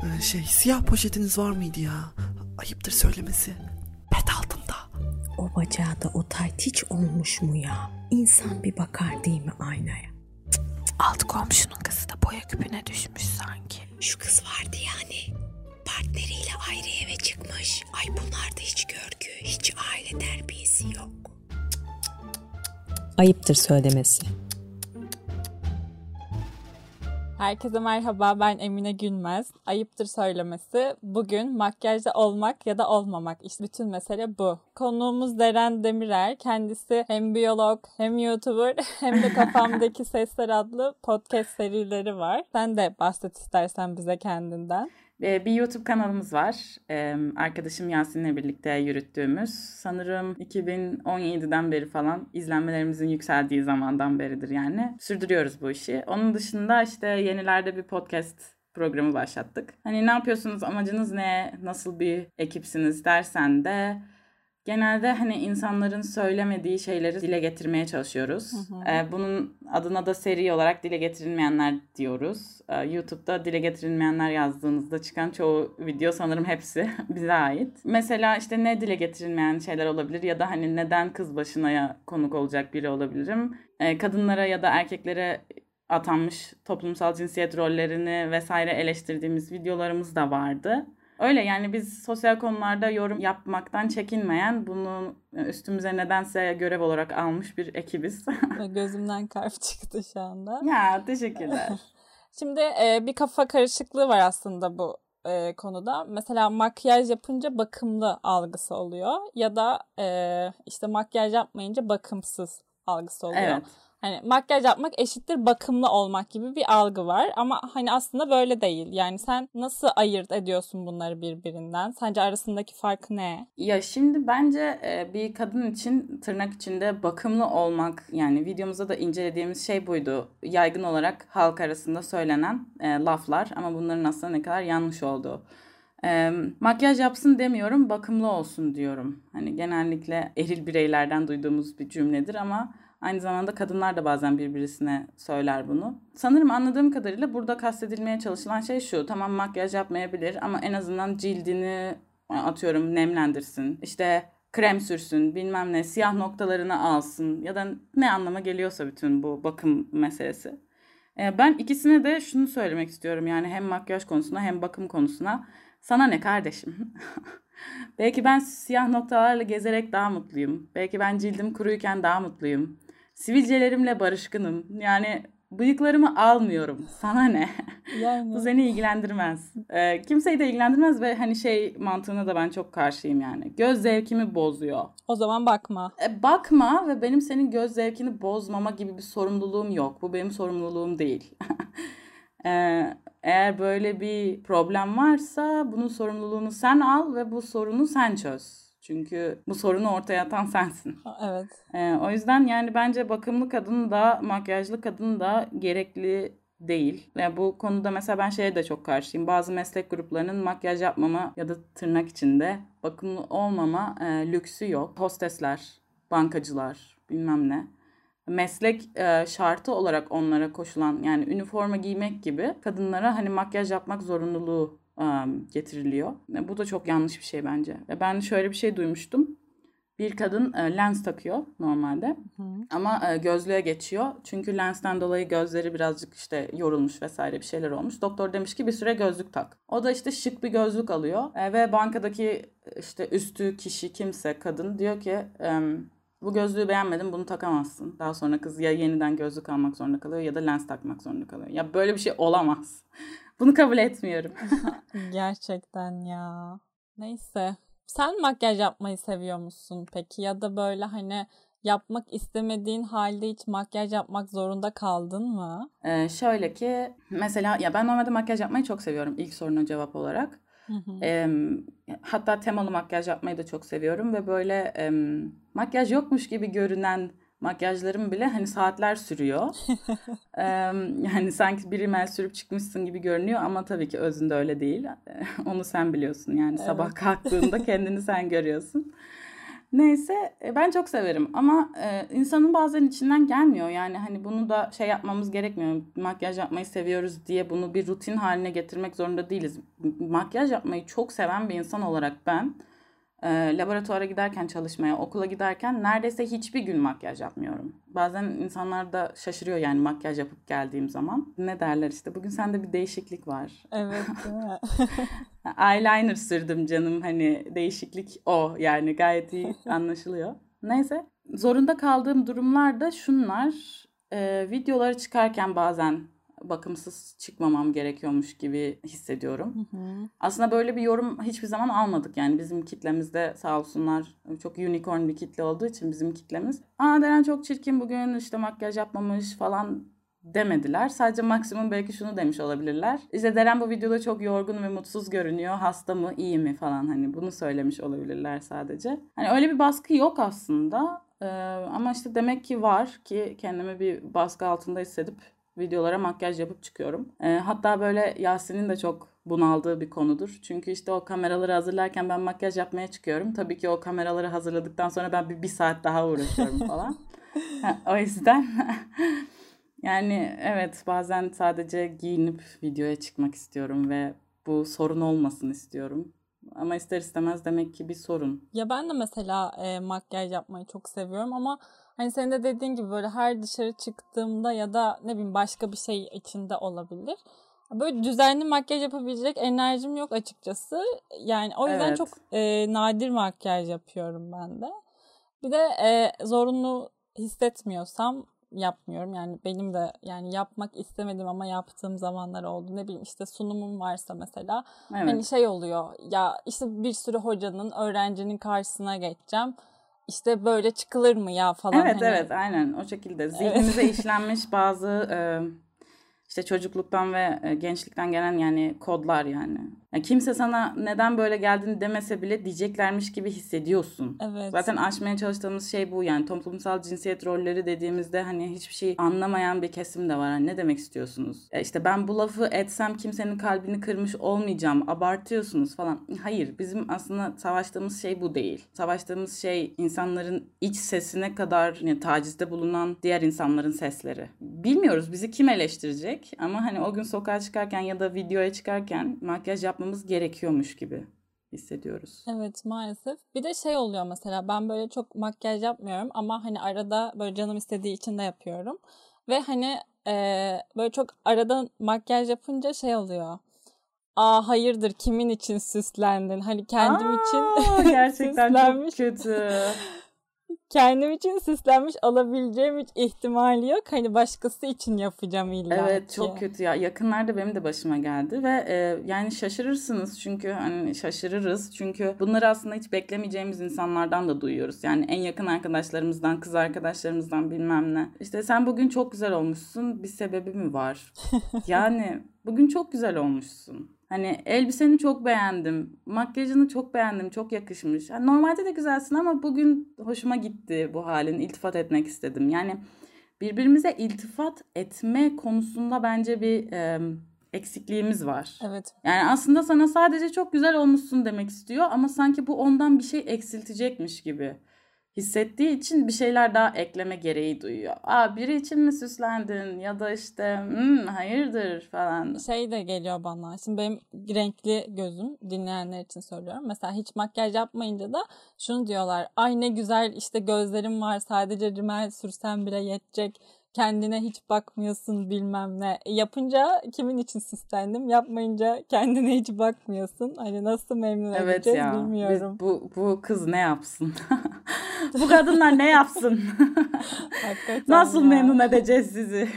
Siyah poşetiniz var mıydı ya? Ayıptır söylemesi. Pet altında. O bacağı da o tayt hiç olmuş mu ya? İnsan bir bakar değil mi aynaya? Alt komşunun kızı da boya küpüne düşmüş sanki. Şu kız vardı yani. Partneriyle ayrı eve çıkmış. Ay bunlarda hiç görgü, hiç aile terbiyesi yok. Ayıptır söylemesi. Herkese merhaba, ben Emine Gülmez. Ayıptır söylemesi. Bugün makyajda olmak ya da olmamak. İşte bütün mesele bu. Konuğumuz Deren Demirer. Kendisi hem biyolog, hem YouTuber, hem de Kafamdaki Sesler adlı podcast serileri var. Sen de bahset istersen bize kendinden. Bir YouTube kanalımız var. Arkadaşım Yasin'le birlikte yürüttüğümüz. Sanırım 2017'den beri falan izlenmelerimizin yükseldiği zamandan beridir yani. Sürdürüyoruz bu işi. Onun dışında işte yenilerde bir podcast programı başlattık. Hani ne yapıyorsunuz, amacınız ne, nasıl bir ekipsiniz dersen de genelde hani insanların söylemediği şeyleri dile getirmeye çalışıyoruz. Bunun adına da seri olarak dile getirilmeyenler diyoruz. YouTube'da dile getirilmeyenler yazdığınızda çıkan çoğu video sanırım hepsi bize ait. Mesela işte ne dile getirilmeyen şeyler olabilir ya da hani neden kız başınaya konuk olacak biri olabilirim. Kadınlara ya da erkeklere atanmış toplumsal cinsiyet rollerini vesaire eleştirdiğimiz videolarımız da vardı. Öyle yani biz sosyal konularda yorum yapmaktan çekinmeyen, bunu üstümüze nedense görev olarak almış bir ekibiz. Gözümden kalp çıktı şu anda. Ya teşekkürler. Şimdi bir kafa karışıklığı var aslında bu konuda. Mesela makyaj yapınca bakımlı algısı oluyor ya da işte makyaj yapmayınca bakımsız algısı oluyor. Evet. Hani makyaj yapmak eşittir bakımlı olmak gibi bir algı var ama hani aslında böyle değil. Yani sen nasıl ayırt ediyorsun bunları birbirinden? Sence arasındaki fark ne? Ya şimdi bence bir kadın için tırnak içinde bakımlı olmak, yani videomuzda da incelediğimiz şey buydu. Yaygın olarak halk arasında söylenen laflar ama bunların aslında ne kadar yanlış olduğu. Makyaj yapsın demiyorum, bakımlı olsun diyorum. Hani genellikle eril bireylerden duyduğumuz bir cümledir ama aynı zamanda kadınlar da bazen birbirine söyler bunu. Sanırım anladığım kadarıyla burada kastedilmeye çalışılan şey şu. Tamam, makyaj yapmayabilir ama en azından cildini atıyorum nemlendirsin. İşte krem sürsün, bilmem ne, siyah noktalarını alsın ya da ne anlama geliyorsa bütün bu bakım meselesi. Ben ikisine de şunu söylemek istiyorum, yani hem makyaj konusuna hem bakım konusuna. Sana ne kardeşim? Belki ben siyah noktalarla gezerek daha mutluyum. Belki ben cildim kuruyken daha mutluyum. Sivilcelerimle barışkınım. Yani bıyıklarımı almıyorum. Sana ne? Yani. Bu seni ilgilendirmez. Kimseyi de ilgilendirmez ve hani şey mantığına da ben çok karşıyım yani. Göz zevkimi bozuyor. O zaman bakma. Bakma ve benim senin göz zevkini bozmama gibi bir sorumluluğum yok. Bu benim sorumluluğum değil. Eğer böyle bir problem varsa bunun sorumluluğunu sen al ve bu sorunu sen çöz. Çünkü bu sorunu ortaya atan sensin. Evet. O yüzden yani bence bakımlı kadın da makyajlı kadın da gerekli değil. Yani bu konuda mesela ben şeye de çok karşıyım. Bazı meslek gruplarının makyaj yapmama ya da tırnak içinde bakımlı olmama lüksü yok. Hostesler, bankacılar, bilmem ne. Meslek şartı olarak onlara koşulan, yani üniforma giymek gibi kadınlara hani makyaj yapmak zorunluluğu getiriliyor. Bu da çok yanlış bir şey bence. Ben şöyle bir şey duymuştum. Bir kadın lens takıyor normalde. Ama gözlüğe geçiyor. Çünkü lensten dolayı gözleri birazcık işte yorulmuş vesaire bir şeyler olmuş. Doktor demiş ki bir süre gözlük tak. O da işte şık bir gözlük alıyor. Ve bankadaki işte üstü kişi kimse kadın diyor ki bu gözlüğü beğenmedim, bunu takamazsın. Daha sonra kız ya yeniden gözlük almak zorunda kalıyor ya da lens takmak zorunda kalıyor. Ya böyle bir şey olamaz. Bunu kabul etmiyorum. Gerçekten ya. Neyse. Sen makyaj yapmayı seviyor musun peki? Ya da böyle hani yapmak istemediğin halde hiç makyaj yapmak zorunda kaldın mı? Şöyle ki mesela ya ben normalde makyaj yapmayı çok seviyorum ilk soruna cevap olarak. Hatta temalı makyaj yapmayı da çok seviyorum ve böyle makyaj yokmuş gibi görünen makyajlarım bile hani saatler sürüyor. Yani sanki bir rimel sürüp çıkmışsın gibi görünüyor ama tabii ki özünde öyle değil. Onu sen biliyorsun yani, evet. Sabah kalktığında kendini sen görüyorsun. Neyse ben çok severim ama insanın bazen içinden gelmiyor. Yani hani bunu da şey yapmamız gerekmiyor. Makyaj yapmayı seviyoruz diye bunu bir rutin haline getirmek zorunda değiliz. Makyaj yapmayı çok seven bir insan olarak ben laboratuvara giderken çalışmaya, okula giderken neredeyse hiçbir gün makyaj yapmıyorum. Bazen insanlar da şaşırıyor yani makyaj yapıp geldiğim zaman. Ne derler işte, bugün sende bir değişiklik var. Evet, değil mi? Eyeliner sürdüm canım, hani değişiklik o yani, gayet iyi anlaşılıyor. Neyse, zorunda kaldığım durumlar da şunlar. Videoları çıkarken bazen bakımsız çıkmamam gerekiyormuş gibi hissediyorum. Aslında böyle bir yorum hiçbir zaman almadık. Yani bizim kitlemizde sağ olsunlar çok unicorn bir kitle olduğu için bizim kitlemiz. Deren çok çirkin bugün, işte makyaj yapmamış falan demediler. Sadece maksimum belki şunu demiş olabilirler. İşte Deren bu videoda çok yorgun ve mutsuz görünüyor. Hasta mı, iyi mi falan, hani bunu söylemiş olabilirler sadece. Hani öyle bir baskı yok aslında. Ama işte demek ki var ki kendimi bir baskı altında hissedip videolara makyaj yapıp çıkıyorum. Hatta böyle Yasin'in de çok bunaldığı bir konudur. Çünkü işte o kameraları hazırlarken ben makyaj yapmaya çıkıyorum. Tabii ki o kameraları hazırladıktan sonra ben bir saat daha uğraşıyorum falan. O yüzden yani evet, bazen sadece giyinip videoya çıkmak istiyorum ve bu sorun olmasın istiyorum. Ama ister istemez demek ki bir sorun. Ya ben de mesela makyaj yapmayı çok seviyorum ama hani senin de dediğin gibi böyle her dışarı çıktığımda ya da ne bileyim başka bir şey içinde olabilir. Böyle düzenli makyaj yapabilecek enerjim yok açıkçası. Yani o yüzden Evet. çok nadir makyaj yapıyorum ben de. Bir de zorunlu hissetmiyorsam yapmıyorum. Yani benim de yani yapmak istemedim ama yaptığım zamanlar oldu. Ne bileyim işte sunumum varsa mesela Evet. hani şey oluyor ya, işte bir sürü hocanın, öğrencinin karşısına geçeceğim. İşte böyle çıkılır mı ya falan. Evet hani. evet, aynen o şekilde zihnimize işlenmiş bazı işte çocukluktan ve gençlikten gelen yani kodlar yani. Yani kimse sana neden böyle geldin demese bile diyeceklermiş gibi hissediyorsun. Evet. Zaten aşmaya çalıştığımız şey bu yani, toplumsal cinsiyet rolleri dediğimizde hani hiçbir şey anlamayan bir kesim de var. Hani ne demek istiyorsunuz? İşte ben bu lafı etsem kimsenin kalbini kırmış olmayacağım, abartıyorsunuz falan. Hayır, bizim aslında savaştığımız şey bu değil. Savaştığımız şey insanların iç sesine kadar yani tacizde bulunan diğer insanların sesleri. Bilmiyoruz bizi kim eleştirecek ama hani o gün sokağa çıkarken ya da videoya çıkarken makyaj yapmamız gerekiyormuş gibi hissediyoruz. Evet, maalesef. Bir de şey oluyor mesela, ben böyle çok makyaj yapmıyorum ama hani arada böyle canım istediği için de yapıyorum. Ve hani böyle çok arada makyaj yapınca şey oluyor. Hayırdır, kimin için süslendin? Hani kendim için Gerçekten süslenmiş. çok kötü. Kendim için süslenmiş olabileceğim hiç ihtimali yok. Hani başkası için yapacağım illa Evet, ki. çok kötü ya. Yakınlarda benim de başıma geldi ve yani şaşırırsınız çünkü hani şaşırırız çünkü bunları aslında hiç beklemeyeceğimiz insanlardan da duyuyoruz. Yani en yakın arkadaşlarımızdan, kız arkadaşlarımızdan bilmem ne. İşte sen bugün çok güzel olmuşsun, bir sebebi mi var? Yani bugün çok güzel olmuşsun. Hani elbiseni çok beğendim, makyajını çok beğendim, çok yakışmış. Yani normalde de güzelsin ama bugün hoşuma gitti bu halin, iltifat etmek istedim. Yani birbirimize iltifat etme konusunda bence bir eksikliğimiz var. Evet. Yani aslında sana sadece çok güzel olmuşsun demek istiyor ama sanki bu ondan bir şey eksiltecekmiş gibi hissettiği için bir şeyler daha ekleme gereği duyuyor. Biri için mi süslendin ya da işte hayırdır falan. Şey de geliyor bana. Şimdi benim renkli gözüm, dinleyenler için söylüyorum. Mesela hiç makyaj yapmayınca da şunu diyorlar. Ay ne güzel işte gözlerim var, sadece rimel sürsen bile yetecek. Kendine hiç bakmıyorsun bilmem ne. Yapınca kimin için süslendim? Yapmayınca kendine hiç bakmıyorsun. Hani nasıl memnun edeceğiz ya, bilmiyorum. Bu kız ne yapsın? Bu kadınlar ne yapsın? Hakikaten Nasıl ya. memnun edeceğiz sizi?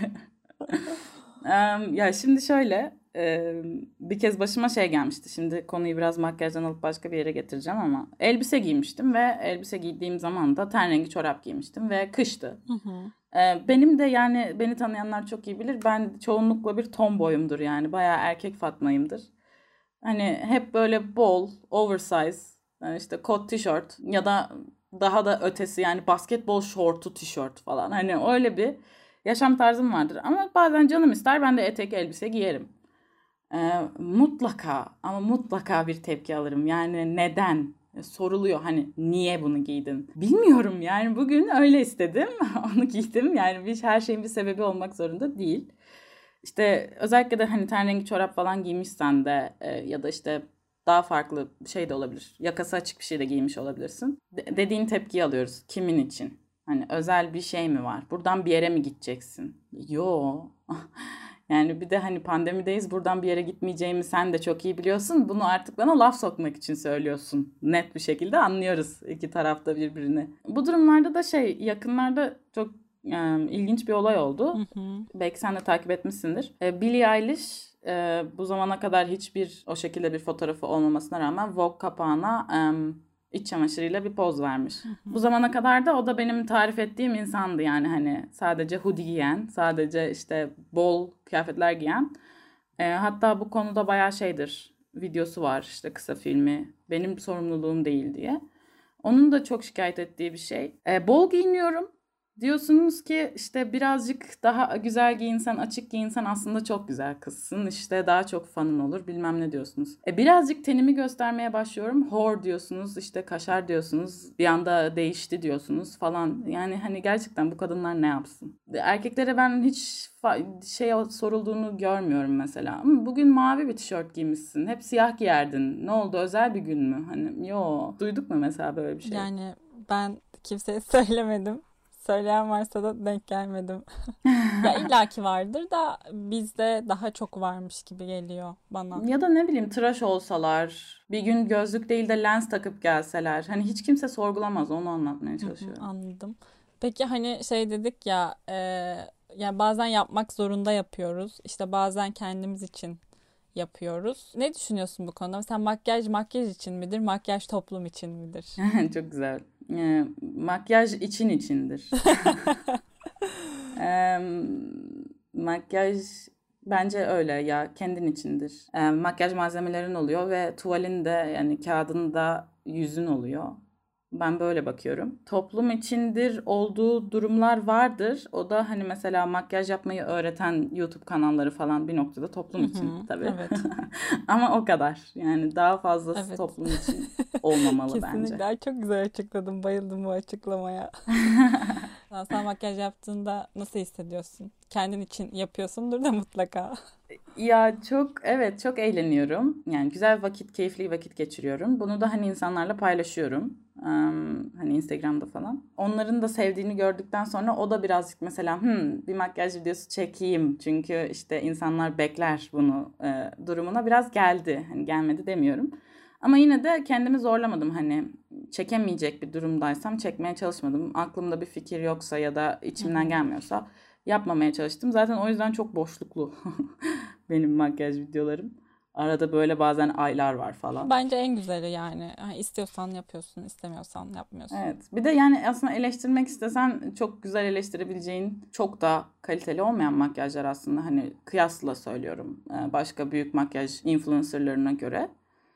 Ya şimdi şöyle bir kez başıma şey gelmişti. Şimdi konuyu biraz makyajdan alıp başka bir yere getireceğim ama elbise giymiştim ve elbise giydiğim zaman da ten rengi çorap giymiştim ve kıştı. Benim de yani beni tanıyanlar çok iyi bilir. Ben çoğunlukla bir tomboyumdur yani. Bayağı erkek Fatma'yımdır. Hani hep böyle bol, oversize, yani işte kot tişört ya da daha da ötesi yani basketbol şortu tişört falan. Hani öyle bir yaşam tarzım vardır. Ama bazen canım ister ben de etek elbise giyerim. Mutlaka ama mutlaka bir tepki alırım. Yani neden soruluyor hani niye bunu giydin? Bilmiyorum yani bugün öyle istedim. Onu giydim. Yani her şeyin bir sebebi olmak zorunda değil. İşte özellikle de hani ten rengi çorap falan giymişsen de ya da işte daha farklı bir şey de olabilir. Yakası açık bir şey de giymiş olabilirsin. Dediğin tepkiyi alıyoruz. Kimin için? Hani özel bir şey mi var? Buradan bir yere mi gideceksin? Yo. Yani bir de hani pandemideyiz, buradan bir yere gitmeyeceğimi sen de çok iyi biliyorsun. Bunu artık bana laf sokmak için söylüyorsun. Net bir şekilde anlıyoruz iki tarafta birbirini. Bu durumlarda da yakınlarda çok ilginç bir olay oldu. Hı hı. Belki sen de takip etmişsindir. Billie Eilish bu zamana kadar hiçbir o şekilde bir fotoğrafı olmamasına rağmen Vogue kapağına iç çamaşırıyla bir poz vermiş. Hı hı. Bu zamana kadar da o da benim tarif ettiğim insandı yani hani sadece hoodie giyen, sadece işte bol kıyafetler giyen. Hatta bu konuda bayağı videosu var işte kısa filmi. Benim sorumluluğum değil diye. Onun da çok şikayet ettiği bir şey. Bol giyiniyorum. Diyorsunuz ki işte birazcık daha güzel giyinsen, açık giyinsen aslında çok güzel kızsın. İşte daha çok fanın olur bilmem ne diyorsunuz. Birazcık tenimi göstermeye başlıyorum. Hor diyorsunuz, işte kaşar diyorsunuz. Bir anda değişti diyorsunuz falan. Yani hani gerçekten bu kadınlar ne yapsın? Erkeklere ben hiç sorulduğunu görmüyorum mesela. Ama bugün mavi bir tişört giymişsin. Hep siyah giyerdin. Ne oldu? Özel bir gün mü? Hani duyduk mu mesela böyle bir şey? Yani ben kimseye söylemedim. Söyleyen varsa da denk gelmedim. Ya illaki vardır da bizde daha çok varmış gibi geliyor bana. Ya da ne bileyim tıraş olsalar, bir gün gözlük değil de lens takıp gelseler. Hani hiç kimse sorgulamaz, onu anlatmaya çalışıyorum. Anladım. Peki hani dedik ya yani bazen yapmak zorunda yapıyoruz. İşte bazen kendimiz için yapıyoruz. Ne düşünüyorsun bu konuda? Mesela makyaj için midir? Makyaj toplum için midir? Çok güzel. Makyaj içindir. Makyaj bence öyle ya, kendin içindir. Makyaj malzemelerin oluyor ve tuvalin de yani kağıdında yüzün oluyor. Ben böyle bakıyorum. Toplum içindir olduğu durumlar vardır. O da hani mesela makyaj yapmayı öğreten YouTube kanalları falan bir noktada toplum için tabii. Evet. Ama o kadar. Yani daha fazlası toplum için olmamalı bence. Kesinlikle. Çok güzel açıkladın. Bayıldım bu açıklamaya. Sen makyaj yaptığında nasıl hissediyorsun? Kendin için yapıyorsundur da mutlaka. Ya çok eğleniyorum. Yani güzel keyifli vakit geçiriyorum. Bunu da hani insanlarla paylaşıyorum. Hani Instagram'da falan. Onların da sevdiğini gördükten sonra o da birazcık mesela bir makyaj videosu çekeyim. Çünkü işte insanlar bekler bunu durumuna biraz geldi. Hani gelmedi demiyorum. Ama yine de kendimi zorlamadım. Hani çekemeyecek bir durumdaysam çekmeye çalışmadım. Aklımda bir fikir yoksa ya da içimden gelmiyorsa yapmamaya çalıştım. Zaten o yüzden çok boşluklu benim makyaj videolarım. Arada böyle bazen aylar var falan. Bence en güzeli yani. İstiyorsan yapıyorsun, istemiyorsan yapmıyorsun. Evet. Bir de yani aslında eleştirmek istesen çok güzel eleştirebileceğin çok da kaliteli olmayan makyajlar aslında. Hani kıyasla söylüyorum başka büyük makyaj influencerlarına göre.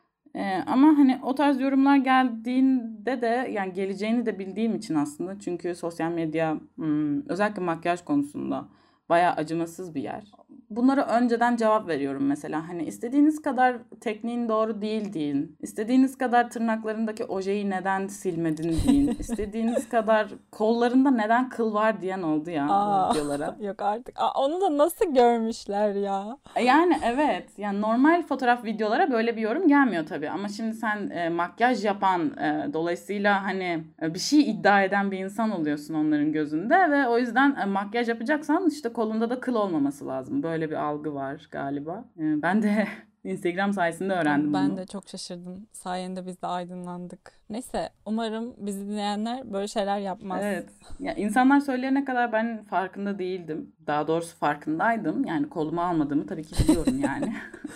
Ama hani o tarz yorumlar geldiğinde de yani geleceğini de bildiğim için aslında. Çünkü sosyal medya özellikle makyaj konusunda bayağı acımasız bir yer. Bunlara önceden cevap veriyorum mesela. Hani istediğiniz kadar tekniğin doğru değil deyin. İstediğiniz kadar tırnaklarındaki ojeyi neden silmedin deyin. İstediğiniz kadar kollarında neden kıl var diyen oldu ya bu videolara. Yok artık. Onu da nasıl görmüşler ya? Yani evet. Yani normal fotoğraf videolara böyle bir yorum gelmiyor tabii. Ama şimdi sen makyaj yapan dolayısıyla hani bir şey iddia eden bir insan oluyorsun onların gözünde ve o yüzden makyaj yapacaksan işte kolunda da kıl olmaması lazım. Böyle bir algı var galiba. Ben de Instagram sayesinde öğrendim bunu. Ben de çok şaşırdım. Sayende biz de aydınlandık. Neyse umarım bizi dinleyenler böyle şeyler yapmaz. Evet. Ya insanlar söyleyene kadar ben farkında değildim. Daha doğrusu farkındaydım. Yani kolumu almadığımı tabii ki biliyorum yani.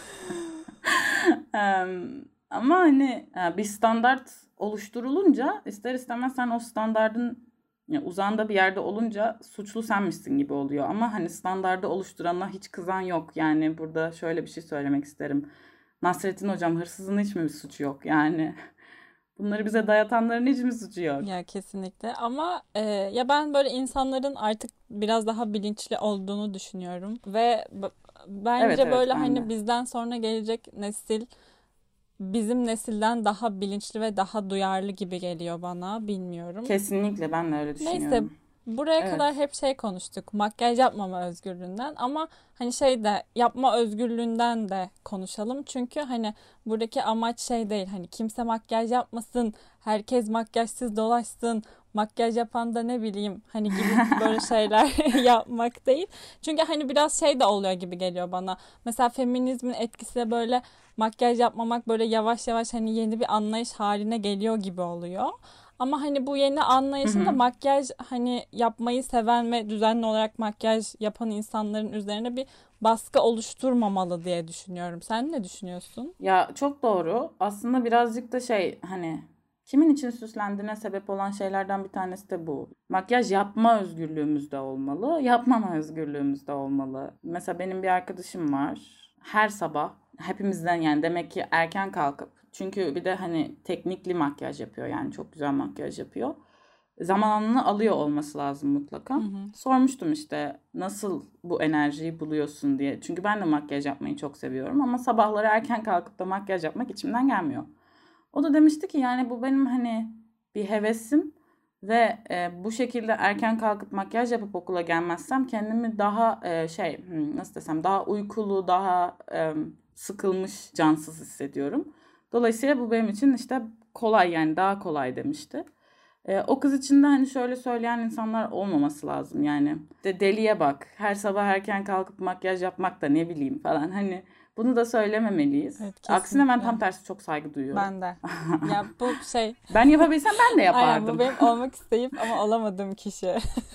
Ama hani bir standart oluşturulunca ister istemez sen o standardın uzağında bir yerde olunca suçlu senmişsin gibi oluyor. Ama hani standardı oluşturana hiç kızan yok. Yani burada şöyle bir şey söylemek isterim. Nasrettin Hocam, hırsızın hiç mi bir suçu yok? Yani bunları bize dayatanların hiç mi suçu yok? Ya kesinlikle ama ya ben böyle insanların artık biraz daha bilinçli olduğunu düşünüyorum. Ve bence Evet, böyle ben hani de. bizden sonra gelecek nesil bizim nesilden daha bilinçli ve daha duyarlı gibi geliyor bana. Bilmiyorum. Kesinlikle ben de öyle düşünüyorum. Neyse, buraya Evet. kadar hep şey konuştuk. Makyaj yapmama özgürlüğünden ama hani şey de yapma özgürlüğünden de konuşalım. Çünkü hani buradaki amaç şey değil. Hani kimse makyaj yapmasın, herkes makyajsız dolaşsın, makyaj yapan da ne bileyim hani gibi böyle şeyler yapmak değil. Çünkü hani biraz şey de oluyor gibi geliyor bana. Mesela feminizmin etkisiyle böyle makyaj yapmamak böyle yavaş yavaş hani yeni bir anlayış haline geliyor gibi oluyor. Ama hani bu yeni anlayışın da makyaj hani yapmayı seven ve düzenli olarak makyaj yapan insanların üzerine bir baskı oluşturmamalı diye düşünüyorum. Sen ne düşünüyorsun? Ya çok doğru. Aslında birazcık da şey hani kimin için süslendiğine sebep olan şeylerden bir tanesi de bu. Makyaj yapma özgürlüğümüz de olmalı, yapmama özgürlüğümüz de olmalı. Mesela benim bir arkadaşım var. Her sabah hepimizden yani demek ki erken kalkıp çünkü bir de hani teknikli makyaj yapıyor yani çok güzel makyaj yapıyor. Zamanını alıyor olması lazım mutlaka. Sormuştum işte nasıl bu enerjiyi buluyorsun diye. Çünkü ben de makyaj yapmayı çok seviyorum ama sabahları erken kalkıp da makyaj yapmak içimden gelmiyor. O da demişti ki yani bu benim hani bir hevesim ve bu şekilde erken kalkıp makyaj yapıp okula gelmezsem kendimi daha nasıl desem daha uykulu, daha sıkılmış, cansız hissediyorum. Dolayısıyla bu benim için işte kolay yani daha kolay demişti. O kız için de hani şöyle söyleyen insanlar olmaması lazım yani. De deliye bak. Her sabah erken kalkıp makyaj yapmak da ne bileyim falan. Hani bunu da söylememeliyiz. Evet, Aksine ben kesinlikle. tam tersi çok saygı duyuyorum. Ben de. Ya bu şey. Ben yapabilsem ben de Aynen, yapardım. bu benim olmak isteyip ama olamadığım kişi.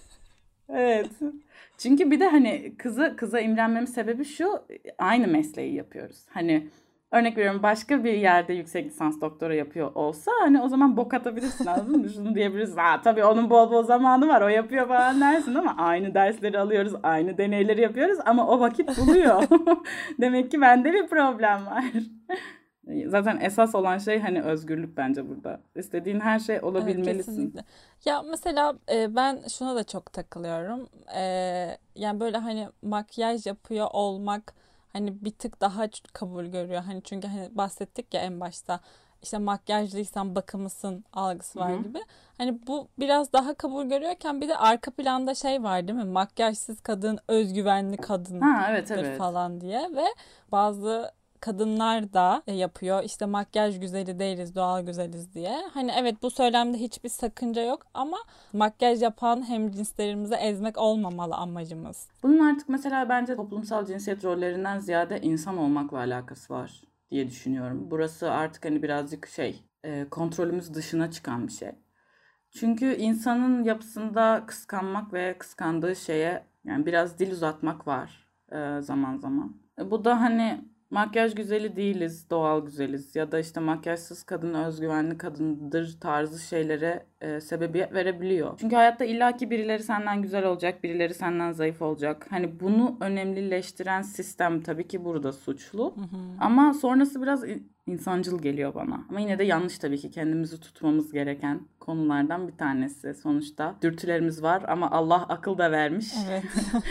Evet. Çünkü bir de hani kıza imrenmemin sebebi şu, aynı mesleği yapıyoruz. Hani örnek veriyorum başka bir yerde yüksek lisans doktora yapıyor olsa hani o zaman bok atabilirsin anladın mı? Şunu diyebilirsin. Tabii onun bol bol zamanı var o yapıyor falan dersin ama aynı dersleri alıyoruz, aynı deneyleri yapıyoruz ama o vakit buluyor. Demek ki bende bir problem var. Zaten esas olan şey hani özgürlük bence burada. İstediğin her şey Evet, olabilmelisin. kesinlikle. Ya mesela ben şuna da çok takılıyorum. Yani böyle hani makyaj yapıyor olmak hani bir tık daha kabul görüyor. Hani çünkü hani bahsettik ya en başta işte makyajlıysan bakımlısın algısı var gibi. Hani bu biraz daha kabul görüyorken bir de arka planda şey var değil mi? Makyajsız kadın özgüvenli kadındır Evet. falan diye ve bazı kadınlar da yapıyor. İşte makyaj güzeli değiliz, doğal güzeliz diye. Hani evet bu söylemde hiçbir sakınca yok ama makyaj yapan hemcinslerimizi ezmek olmamalı amacımız. Bunun artık mesela bence toplumsal cinsiyet rollerinden ziyade insan olmakla alakası var diye düşünüyorum. Burası artık hani birazcık kontrolümüz dışına çıkan bir şey. Çünkü insanın yapısında kıskanmak ve kıskandığı şeye yani biraz dil uzatmak var zaman zaman. Bu da hani makyaj güzeli değiliz, doğal güzeliz ya da işte makyajsız kadın özgüvenli kadındır tarzı şeylere sebebiyet verebiliyor. Çünkü hayatta illaki birileri senden güzel olacak, birileri senden zayıf olacak. Hani bunu önemlileştiren sistem tabii ki burada suçlu. Ama sonrası biraz insancıl geliyor bana. Ama yine de yanlış tabii ki kendimizi tutmamız gereken konulardan bir tanesi. Sonuçta dürtülerimiz var ama Allah akıl da vermiş. Evet.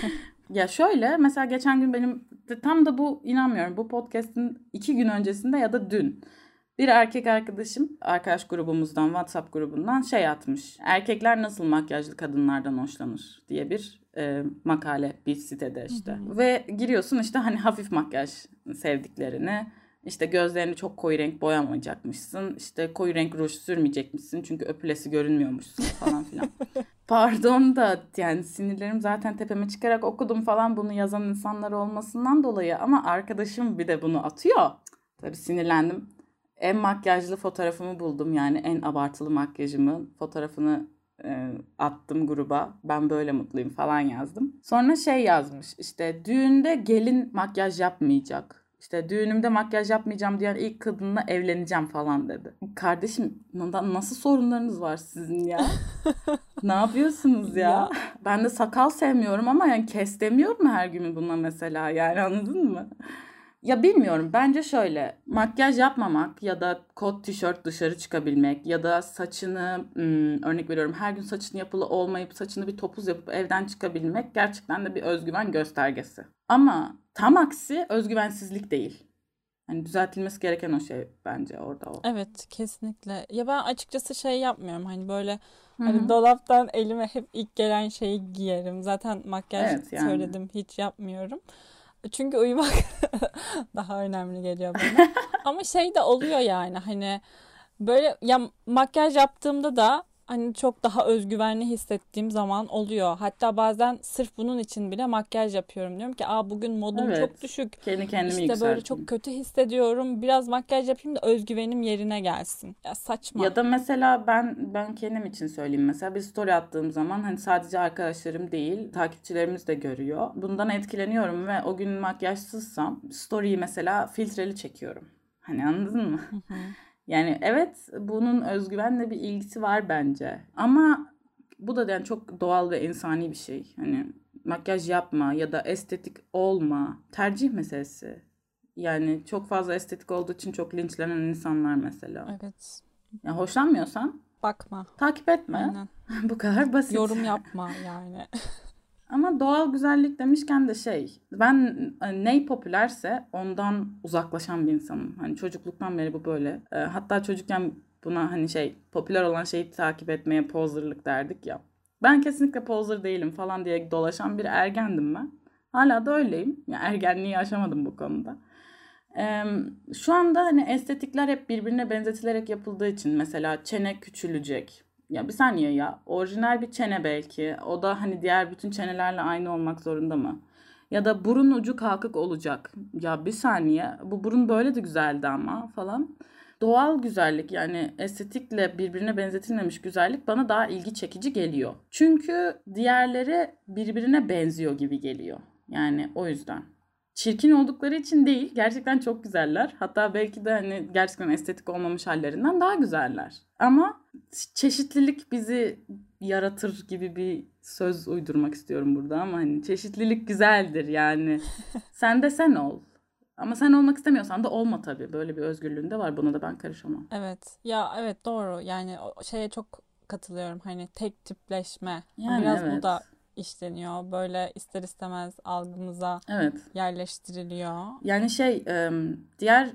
Ya şöyle mesela geçen gün benim tam da bu inanmıyorum bu podcast'in 2 gün öncesinde ya da dün bir erkek arkadaşım arkadaş grubumuzdan WhatsApp grubundan şey atmış. Erkekler nasıl makyajlı kadınlardan hoşlanır diye bir makale bir sitede işte. Ve giriyorsun işte hani hafif makyaj sevdiklerini. İşte gözlerini çok koyu renk boyamayacakmışsın. İşte koyu renk ruj sürmeyecekmişsin. Çünkü öpülesi görünmüyormuşsun falan filan. Pardon da yani sinirlerim zaten tepeme çıkarak okudum falan bunu yazan insanlar olmasından dolayı. Ama arkadaşım bir de bunu atıyor. Tabii sinirlendim. En makyajlı fotoğrafımı buldum. Yani en abartılı makyajımın fotoğrafını attım gruba. Ben böyle mutluyum falan yazdım. Sonra şey yazmış. İşte düğünde gelin makyaj yapmayacak. İşte düğünümde makyaj yapmayacağım diyen ilk kadınla evleneceğim falan dedi. Kardeşim nasıl sorunlarınız var sizin ya? Ne yapıyorsunuz ya? Ben de sakal sevmiyorum ama yani kes demiyorum her gün buna mesela yani anladın mı? Ya bilmiyorum bence şöyle makyaj yapmamak ya da kot tişört dışarı çıkabilmek ya da saçını örnek veriyorum her gün saçını yapılı olmayıp saçını bir topuz yapıp evden çıkabilmek gerçekten de bir özgüven göstergesi. Ama tam aksi özgüvensizlik değil. Hani düzeltilmesi gereken o şey bence orada o. Evet, kesinlikle. Ya ben açıkçası şey yapmıyorum. Hani böyle Hı hani hı. dolaptan elime hep ilk gelen şeyi giyerim. Zaten makyaj Evet yani. söyledim, hiç yapmıyorum. Çünkü uyumak daha önemli geliyor bana. Ama şey de oluyor yani hani böyle ya makyaj yaptığımda da hani çok daha özgüvenli hissettiğim zaman oluyor. Hatta bazen sırf bunun için bile makyaj yapıyorum. Diyorum ki bugün modum çok Evet. düşük. Kendimi İşte böyle çok yükselteyim. kötü hissediyorum. Biraz makyaj yapayım da özgüvenim yerine gelsin. Ya saçma. Ya da mesela ben kendim için söyleyeyim, mesela bir story attığım zaman hani sadece arkadaşlarım değil takipçilerimiz de görüyor. Bundan etkileniyorum ve o gün makyajsızsam story'yi mesela filtreli çekiyorum. Hani anladın mı? Hı hı. Yani evet, bunun özgüvenle bir ilgisi var bence. Ama bu da yani çok doğal ve insani bir şey. Hani makyaj yapma ya da estetik olma tercih meselesi. Yani çok fazla estetik olduğu için çok linçlenen insanlar mesela. Evet. Ya hoşlanmıyorsan Bakma. takip etme. Aynen. Bu kadar basit. Yorum yapma yani. Ama doğal güzellik demişken de ben ney popülerse ondan uzaklaşan bir insanım. Hani çocukluktan beri bu böyle. Hatta çocukken buna hani popüler olan şeyi takip etmeye poserlık derdik ya. Ben kesinlikle poser değilim falan diye dolaşan bir ergendim ben. Hala da öyleyim. Yani ergenliği aşamadım bu konuda. Şu anda hani estetikler hep birbirine benzetilerek yapıldığı için mesela çene küçülecek. Ya bir saniye ya. Orijinal bir çene belki. O da hani diğer bütün çenelerle aynı olmak zorunda mı? Ya da burun ucu kalkık olacak. Ya bir saniye. Bu burun böyle de güzeldi ama falan. Doğal güzellik, yani estetikle birbirine benzetilmemiş güzellik bana daha ilgi çekici geliyor. Çünkü diğerleri birbirine benziyor gibi geliyor. Yani o yüzden. Çirkin oldukları için değil, gerçekten çok güzeller. Hatta belki de hani gerçekten estetik olmamış hallerinden daha güzeller. Ama çeşitlilik bizi yaratır gibi bir söz uydurmak istiyorum burada, ama hani çeşitlilik güzeldir yani. Sen de sen ol. Ama sen olmak istemiyorsan da olma tabii. Böyle bir özgürlüğün de var. Buna da ben karışamam. Evet. Ya evet, doğru. Yani o şeye çok katılıyorum. Hani tek tipleşme. Yani Biraz bu da evet. işleniyor. Böyle ister istemez algımıza Evet. yerleştiriliyor. Yani diğer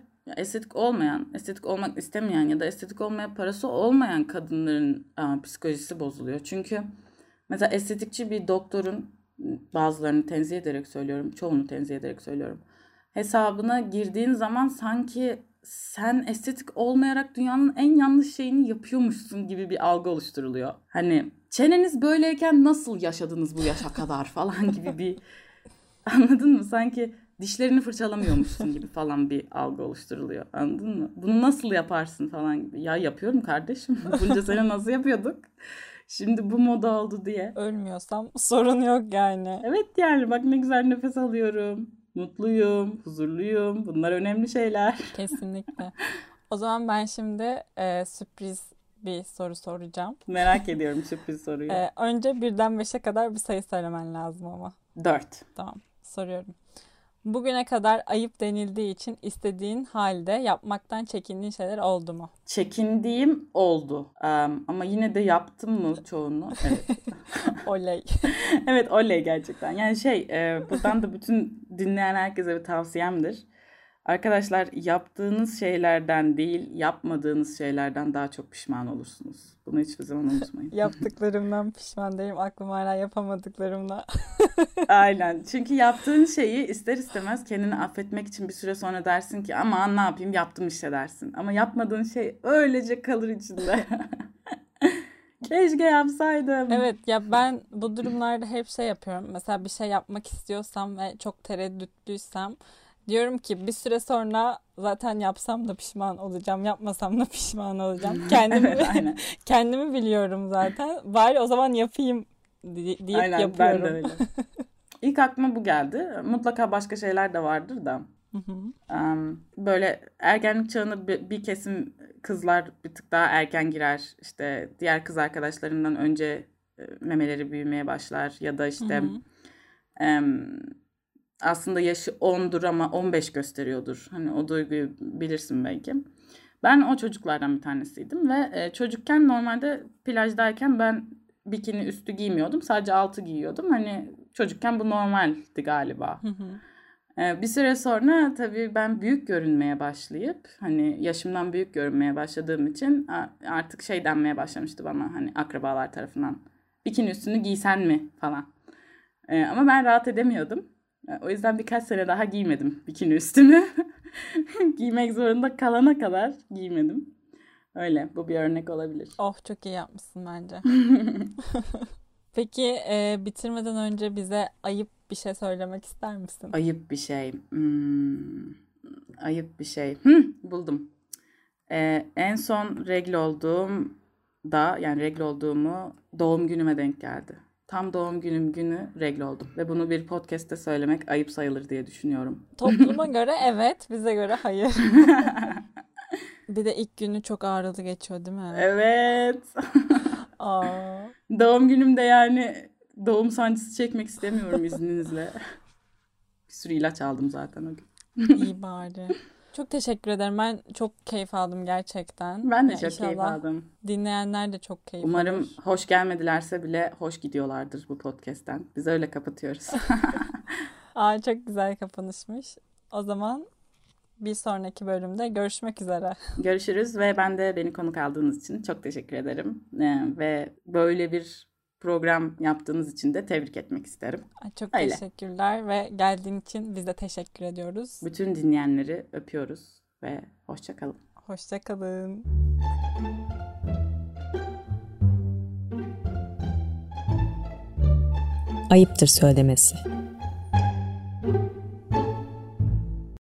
estetik olmak istemeyen ya da estetik olmaya parası olmayan kadınların psikolojisi bozuluyor. Çünkü mesela estetikçi bir doktorun, bazılarını tenzih ederek söylüyorum, çoğunu tenzih ederek söylüyorum, hesabına girdiğin zaman sanki sen estetik olmayarak dünyanın en yanlış şeyini yapıyormuşsun gibi bir algı oluşturuluyor. Hani çeneniz böyleyken nasıl yaşadınız bu yaşa kadar falan gibi bir anladın mı? Sanki dişlerini fırçalamıyormuşsun gibi falan bir algı oluşturuluyor. Anladın mı? Bunu nasıl yaparsın falan gibi. Ya yapıyorum kardeşim. Bunca sene nasıl yapıyorduk? Şimdi bu moda oldu diye. Ölmüyorsam sorun yok yani. Evet yani bak ne güzel nefes alıyorum. Mutluyum, huzurluyum. Bunlar önemli şeyler. Kesinlikle. O zaman ben şimdi sürpriz bir soru soracağım. Merak ediyorum sürpriz soruyu. Önce birden 5'e kadar bir sayı söylemen lazım ama. 4. Tamam, soruyorum. Bugüne kadar ayıp denildiği için istediğin halde yapmaktan çekindiğin şeyler oldu mu? Çekindiğim oldu. Ama yine de yaptım mı çoğunu? Evet. Oley. Evet, oley gerçekten. Yani buradan da bütün dinleyen herkese bir tavsiyemdir. Arkadaşlar, yaptığınız şeylerden değil, yapmadığınız şeylerden daha çok pişman olursunuz. Bunu hiçbir zaman unutmayın. Yaptıklarımdan pişman değilim. Aklım hala yapamadıklarımda. Aynen. Çünkü yaptığın şeyi ister istemez kendini affetmek için bir süre sonra dersin ki aman ne yapayım, yaptım işte dersin. Ama yapmadığın şey öylece kalır içinde. Keşke yapsaydım. Evet ya, ben bu durumlarda hep şey yapıyorum. Mesela bir şey yapmak istiyorsam ve çok tereddütlüysem diyorum ki bir süre sonra zaten yapsam da pişman olacağım, yapmasam da pişman olacağım. Evet, aynen. Kendimi biliyorum zaten. Bari o zaman yapayım deyip Aynen, yapıyorum. ben de öyle. İlk aklıma bu geldi. Mutlaka başka şeyler de vardır da. Hı hı. Böyle ergenlik çağına bir kesim kızlar bir tık daha erken girer. İşte diğer kız arkadaşlarından önce memeleri büyümeye başlar. Ya da işte aslında yaşı 10'dur ama 15 gösteriyordur. Hani o duyguyu bilirsin belki. Ben o çocuklardan bir tanesiydim ve çocukken normalde plajdayken ben bikini üstü giymiyordum. Sadece altı giyiyordum. Hani çocukken bu normaldi galiba. Hı hı. Bir süre sonra tabii ben büyük görünmeye başlayıp hani yaşımdan büyük görünmeye başladığım için artık şey denmeye başlamıştı bana hani akrabalar tarafından. Bikini üstünü giysen mi falan. Ama ben rahat edemiyordum. O yüzden birkaç sene daha giymedim bikini üstümü. Giymek zorunda kalana kadar giymedim. Öyle, bu bir örnek olabilir. Oh, çok iyi yapmışsın bence. Peki bitirmeden önce bize ayıp bir şey söylemek ister misin? Ayıp bir şey. Ayıp bir şey. Buldum. En son regl olduğumu doğum günüme denk geldi. Tam doğum günüm günü regl oldum. Ve bunu bir podcast'te söylemek ayıp sayılır diye düşünüyorum. Topluma göre evet, bize göre hayır. Bir de ilk günü çok ağrılı geçiyor değil mi? Evet. Aa. Doğum günümde yani doğum sancısı çekmek istemiyorum izninizle. Bir sürü ilaç aldım zaten o gün. İyi bari. Çok teşekkür ederim. Ben çok keyif aldım gerçekten. Ben de çok keyif aldım. Dinleyenler de çok keyif alır. Umarım hoş gelmedilerse bile hoş gidiyorlardır bu podcast'ten. Biz öyle kapatıyoruz. Çok güzel kapanışmış. O zaman bir sonraki bölümde görüşmek üzere. Görüşürüz ve ben de beni konuk aldığınız için çok teşekkür ederim. Ve böyle bir program yaptığınız için de tebrik etmek isterim. Çok teşekkürler ve geldiğin için biz de teşekkür ediyoruz. Bütün dinleyenleri öpüyoruz ve hoşça kalın. Hoşça kalın. Ayıptır söylemesi.